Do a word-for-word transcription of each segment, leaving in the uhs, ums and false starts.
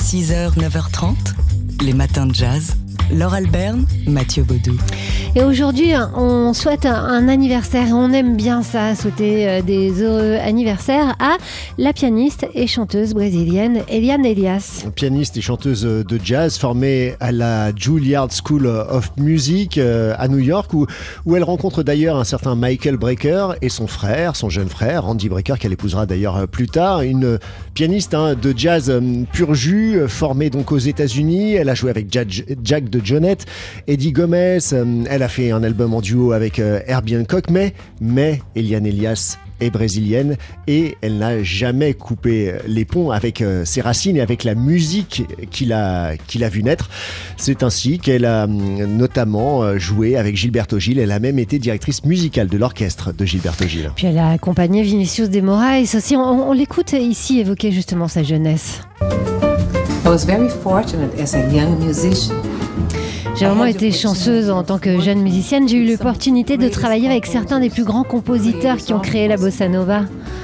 six heures, neuf heures trente, les matins de jazz. Laure Alberne, Mathieu Baudou. Et aujourd'hui, on souhaite un anniversaire. On aime bien ça, souhaiter des heureux anniversaires à la pianiste et chanteuse brésilienne Eliane Elias. Pianiste et chanteuse de jazz formée à la Juilliard School of Music à New York, où, où elle rencontre d'ailleurs un certain Michael Brecker et son frère, son jeune frère, Randy Brecker, qu'elle épousera d'ailleurs plus tard. Une pianiste hein, de jazz pur jus, formée donc aux États-Unis. Elle a joué avec Jack de Jonette, Eddie Gomez. Elle a fait un album en duo avec Herbie Hancock, mais, mais Eliane Elias est brésilienne et elle n'a jamais coupé les ponts avec ses racines et avec la musique qu'il a, qu'il a vu naître. C'est ainsi qu'elle a notamment joué avec Gilberto Gil. Elle a même été directrice musicale de l'orchestre de Gilberto Gil. Puis elle a accompagné Vinicius de Moraes aussi. On, on l'écoute ici évoquer justement sa jeunesse. I was very fortunate as a young musician. J'ai vraiment été chanceuse en tant que jeune musicienne. J'ai eu l'opportunité de travailler avec certains des plus grands compositeurs qui ont créé la bossa nova.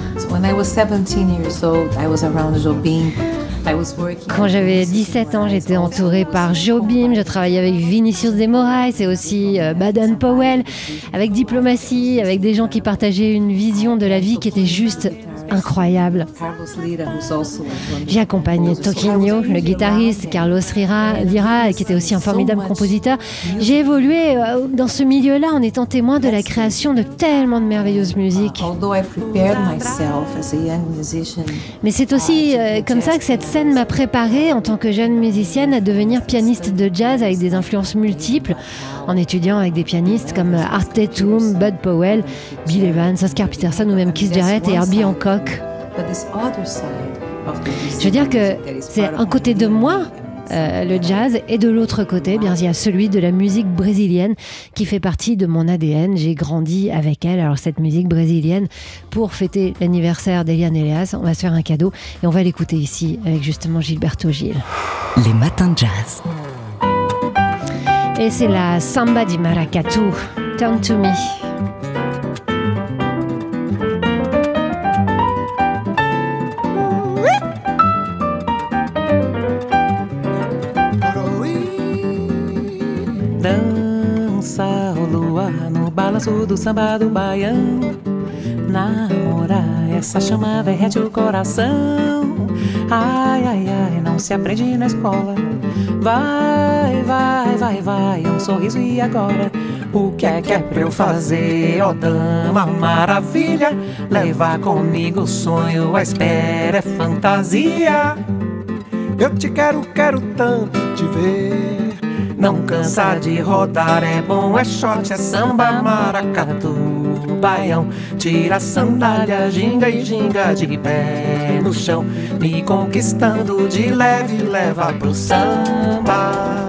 Quand j'avais dix-sept ans, j'étais entourée par Jobim, je travaillais avec Vinicius de Moraes et aussi Baden Powell, avec diplomatie, avec des gens qui partageaient une vision de la vie qui était juste incroyable. J'ai accompagné Toquinho, le guitariste, Carlos Lira, Lira, qui était aussi un formidable compositeur. J'ai évolué dans ce milieu-là en étant témoin de la création de tellement de merveilleuses musiques. Mais c'est aussi euh, comme ça que cette scène m'a préparée en tant que jeune musicienne à devenir pianiste de jazz avec des influences multiples, en étudiant avec des pianistes comme Art Tatum, Bud Powell, Bill Evans, Oscar Peterson ou même Keith Jarrett et Herbie Hancock. Je veux dire que c'est un côté de moi, euh, le jazz, et de l'autre côté, bien, il y a celui de la musique brésilienne qui fait partie de mon A D N. J'ai grandi avec elle. Alors cette musique brésilienne, pour fêter l'anniversaire d'Eliane Elias, on va se faire un cadeau et on va l'écouter ici avec justement Gilberto Gil. Les matins de jazz. Et c'est la samba di maracatu, Turn to Me. Dança o luar no balanço do samba do baião. Namorar, essa chama derrete o coração. Ai, ai, ai, não se aprende na escola. Vai, vai, vai, vai, um sorriso e agora? O que é que é pra eu fazer, ó dama maravilha? Levar comigo o sonho, a espera é fantasia. Eu te quero, quero tanto te ver. Não cansa de rodar, é bom, é shot, é samba, maracatu, baião. Tira a sandália, ginga e ginga de pé no chão, me conquistando de leve, leva pro samba.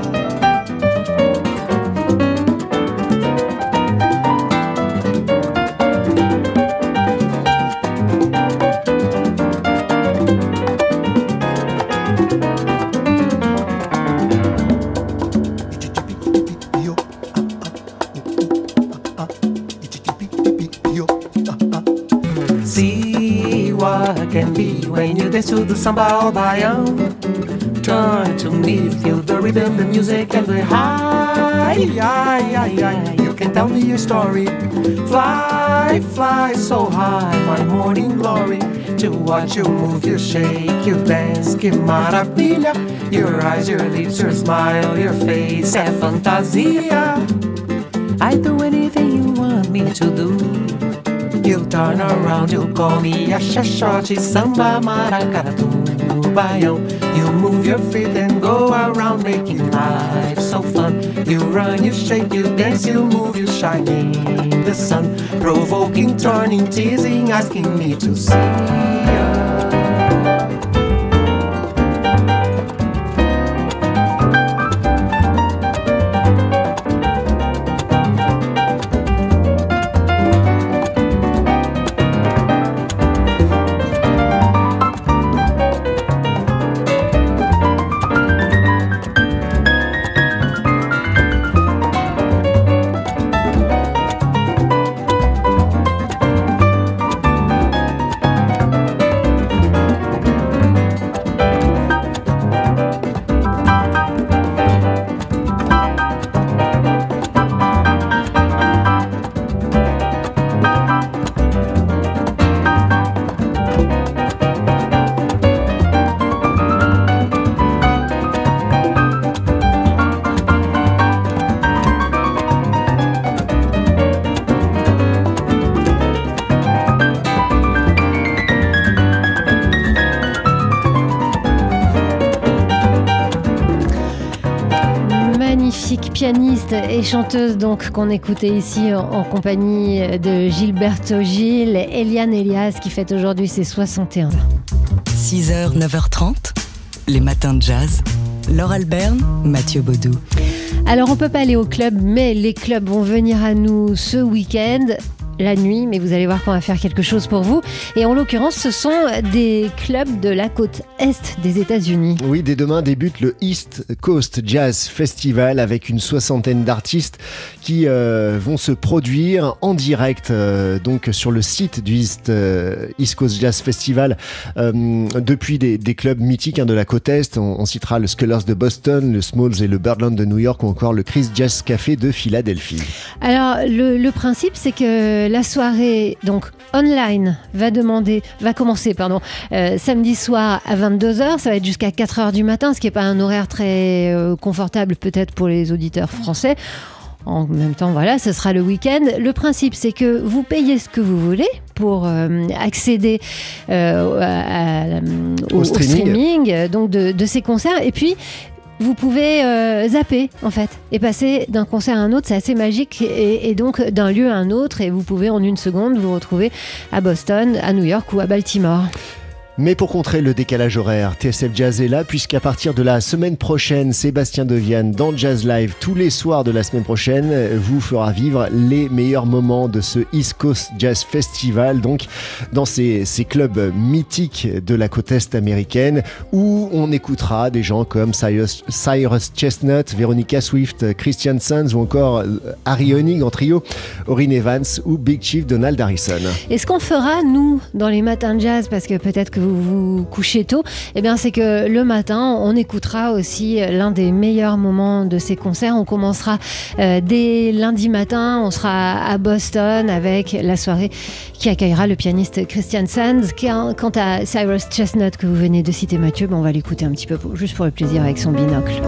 Can be when you dance to the samba or baião. Turn to me, feel the rhythm, the music and the high. Ay, ay, ay, you can tell me your story. Fly, fly so high, my morning glory. To watch you move, you shake, you dance, que maravilha. Your eyes, your lips, your smile, your face é fantasia. I do anything you want me to do. You turn around, you call me a shot, samba, maracatu, baião. You move your feet and go around making life so fun. You run, you shake, you dance, you move, you shine in the sun. Provoking, turning, teasing, asking me to see ya. magnifique pianiste et chanteuse donc qu'on écoutait ici en, en compagnie de Gilberto Gil, Eliane Elias qui fête aujourd'hui ses soixante et un ans. six heures, neuf heures trente, les matins de jazz. Laure Alberne, Mathieu Baudou. Alors on peut pas aller au club, mais les clubs vont venir à nous ce week-end. La nuit, mais vous allez voir qu'on va faire quelque chose pour vous. Et en l'occurrence, ce sont des clubs de la côte Est des États-Unis. Oui, dès demain débute le East Coast Jazz Festival avec une soixantaine d'artistes qui euh, vont se produire en direct euh, donc sur le site du East, euh, East Coast Jazz Festival euh, depuis des, des clubs mythiques hein, de la côte Est. On, on citera le Scholars de Boston, le Smalls et le Birdland de New York ou encore le Chris Jazz Café de Philadelphie. Alors, le, le principe, c'est que la soirée donc online va demander, va commencer pardon, euh, samedi soir à vingt-deux heures. Ça va être jusqu'à quatre heures du matin, ce qui n'est pas un horaire très euh, confortable peut-être pour les auditeurs français. En même temps, voilà, ce sera le week-end. Le principe, c'est que vous payez ce que vous voulez pour euh, accéder euh, à, à, au, au au streaming, streaming donc de, de ces concerts. Et puis, vous pouvez euh, zapper en fait et passer d'un concert à un autre, c'est assez magique et, et donc d'un lieu à un autre et vous pouvez en une seconde vous retrouver à Boston, à New York ou à Baltimore. Mais pour contrer le décalage horaire, T S F Jazz est là puisqu'à partir de la semaine prochaine, Sébastien Deviane dans Jazz Live tous les soirs de la semaine prochaine vous fera vivre les meilleurs moments de ce East Coast Jazz Festival, donc dans ces, ces clubs mythiques de la côte Est américaine où on écoutera des gens comme Cyrus, Cyrus Chestnut, Veronica Swift, Christian Sands ou encore Harry Honig en trio, Orrin Evans ou Big Chief Donald Harrison. Et ce qu'on fera nous dans les matins de jazz, parce que peut-être que vous vous couchez tôt, eh bien c'est que le matin, on écoutera aussi l'un des meilleurs moments de ces concerts. On commencera euh, dès lundi matin, on sera à Boston avec la soirée qui accueillera le pianiste Christian Sands. Quant à Cyrus Chestnut que vous venez de citer Mathieu, ben on va l'écouter un petit peu pour, juste pour le plaisir avec son binocle.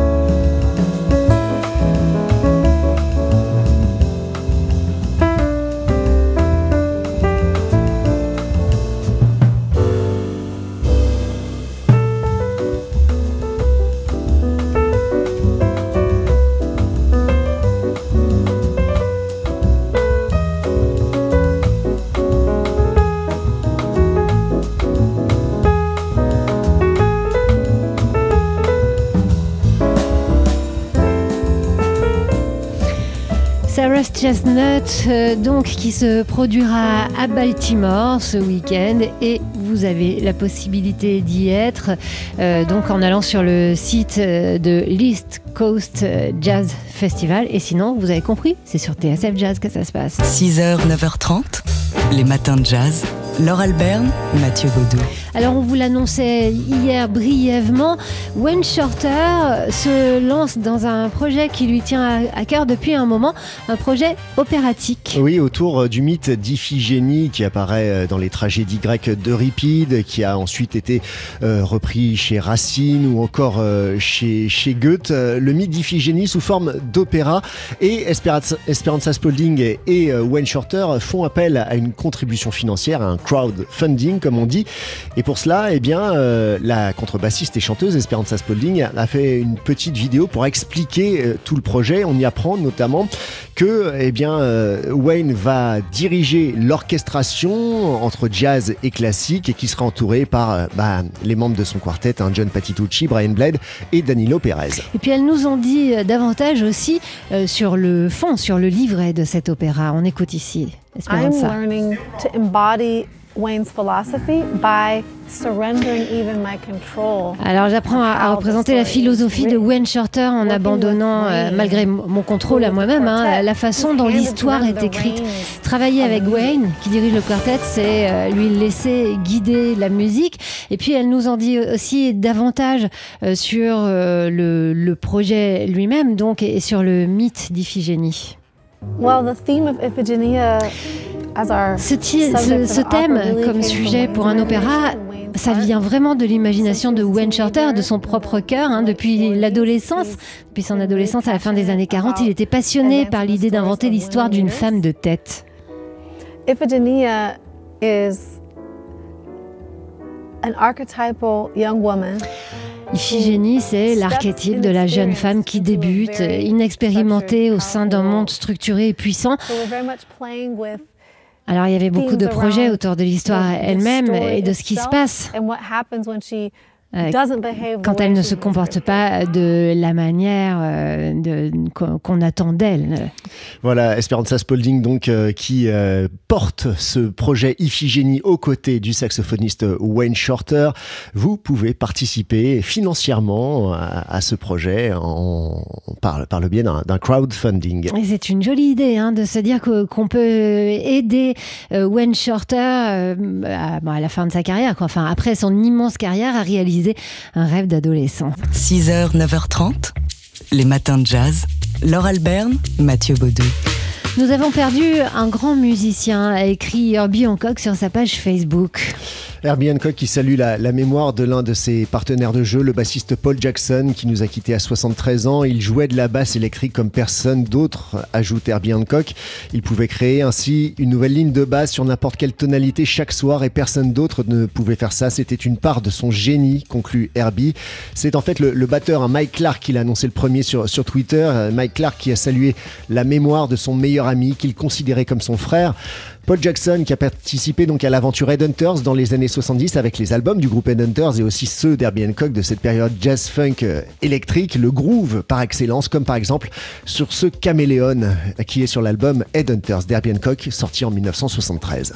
Cyrus Chestnut, euh, donc, qui se produira à Baltimore ce week-end et vous avez la possibilité d'y être euh, donc en allant sur le site de l'East Coast Jazz Festival. Et sinon, vous avez compris, c'est sur T S F Jazz que ça se passe. six heures, neuf heures trente, les matins de jazz. Laure Alberne, Mathieu Baudou. Alors on vous l'annonçait hier brièvement, Wayne Shorter se lance dans un projet qui lui tient à, à cœur depuis un moment, un projet opératique. Oui, autour du mythe d'Iphigénie qui apparaît dans les tragédies grecques d'Euripide, qui a ensuite été euh, repris chez Racine ou encore euh, chez, chez Goethe. Le mythe d'Iphigénie sous forme d'opéra, et Esperanza, Esperanza Spalding et, et euh, Wayne Shorter font appel à une contribution financière, à un crowdfunding comme on dit. Et pour cela, eh bien, euh, la contrebassiste et chanteuse Esperanza Spalding a fait une petite vidéo pour expliquer euh, tout le projet. On y apprend notamment que eh bien, euh, Wayne va diriger l'orchestration entre jazz et classique et qui sera entouré par euh, bah, les membres de son quartet, hein, John Patitucci, Brian Blade et Danilo Perez. Et puis elles nous ont dit davantage aussi euh, sur le fond, sur le livret de cet opéra. On écoute ici Esperanza. I'm learning to embody Wayne's philosophy by surrendering even my control. Alors j'apprends à, à représenter la philosophie de Wayne Shorter en abandonnant, euh, malgré mon contrôle à moi-même, hein, la façon dont l'histoire est écrite. Travailler avec Wayne, qui dirige le quartet, c'est euh, lui laisser guider la musique. Et puis elle nous en dit aussi davantage euh, sur euh, le, le projet lui-même, donc, et sur le mythe d'Iphigénie. Well, the theme of Iphigenia as our Ce, ce, ce thème comme sujet pour un opéra, ça vient vraiment de l'imagination de Wayne Shorter, de son propre cœur, hein, depuis l'adolescence. Depuis son adolescence, à la fin des années quarante, il était passionné par l'idée d'inventer l'histoire d'une femme de tête. Iphigenia is an archetypal young woman. Iphigénie, c'est l'archétype de la jeune femme qui débute, inexpérimentée au sein d'un monde structuré et puissant. Alors il y avait beaucoup de projets autour de l'histoire elle-même et de ce qui se passe Euh, quand elle ne se comporte pas de la manière euh, de, qu'on attend d'elle. Voilà, Esperanza Spalding donc euh, qui euh, porte ce projet Iphigénie aux côtés du saxophoniste Wayne Shorter. Vous pouvez participer financièrement à, à ce projet en, par, par le biais d'un, d'un crowdfunding. Et c'est une jolie idée hein, de se dire que, qu'on peut aider euh, Wayne Shorter euh, à, bon, à la fin de sa carrière, quoi. Enfin, après son immense carrière, à réaliser un rêve d'adolescent. six heures, neuf heures trente, les matins de jazz. Laure Alberne, Mathieu Baudou. Nous avons perdu un grand musicien, a écrit Herbie Hancock sur sa page Facebook. Herbie Hancock qui salue la, la mémoire de l'un de ses partenaires de jeu, le bassiste Paul Jackson, qui nous a quittés à soixante-treize ans. Il jouait de la basse électrique comme personne d'autre, ajoute Herbie Hancock. Il pouvait créer ainsi une nouvelle ligne de basse sur n'importe quelle tonalité chaque soir et personne d'autre ne pouvait faire ça. C'était une part de son génie, conclut Herbie. C'est en fait le, le batteur, hein, Mike Clark, qui l'a annoncé le premier sur, sur Twitter. Mike Clark qui a salué la mémoire de son meilleur ami, qu'il considérait comme son frère. Paul Jackson qui a participé donc à l'aventure Headhunters dans les années soixante-dix avec les albums du groupe Headhunters et aussi ceux d'Herbie Hancock de cette période jazz-funk électrique, le groove par excellence, comme par exemple sur ce Caméléon qui est sur l'album Headhunters d'Herbie Hancock sorti en dix-neuf cent soixante-treize.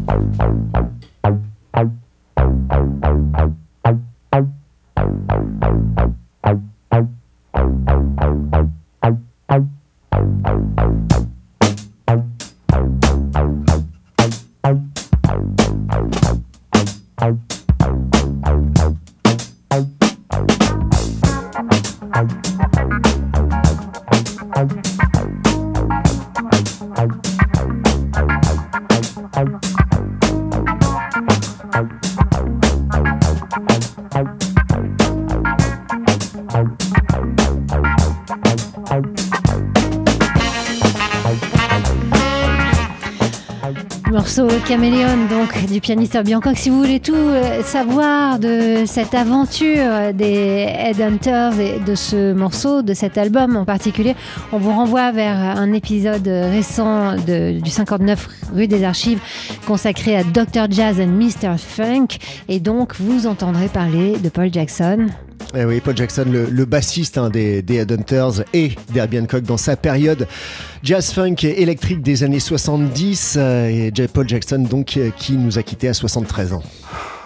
Morceau Caméléon, donc du pianiste Herbie Hancock. Si vous voulez tout savoir de cette aventure des Headhunters et de ce morceau, de cet album en particulier, on vous renvoie vers un épisode récent de, du cinquante-neuf rue des Archives consacré à docteur Jazz and mister Funk. Et donc, vous entendrez parler de Paul Jackson. Eh oui, Paul Jackson, le, le bassiste hein, des, des Headhunters et d'Herbie Hancock dans sa période jazz-funk électrique des années soixante-dix. Euh, et Paul Jackson, donc, qui nous a quittés à soixante-treize ans.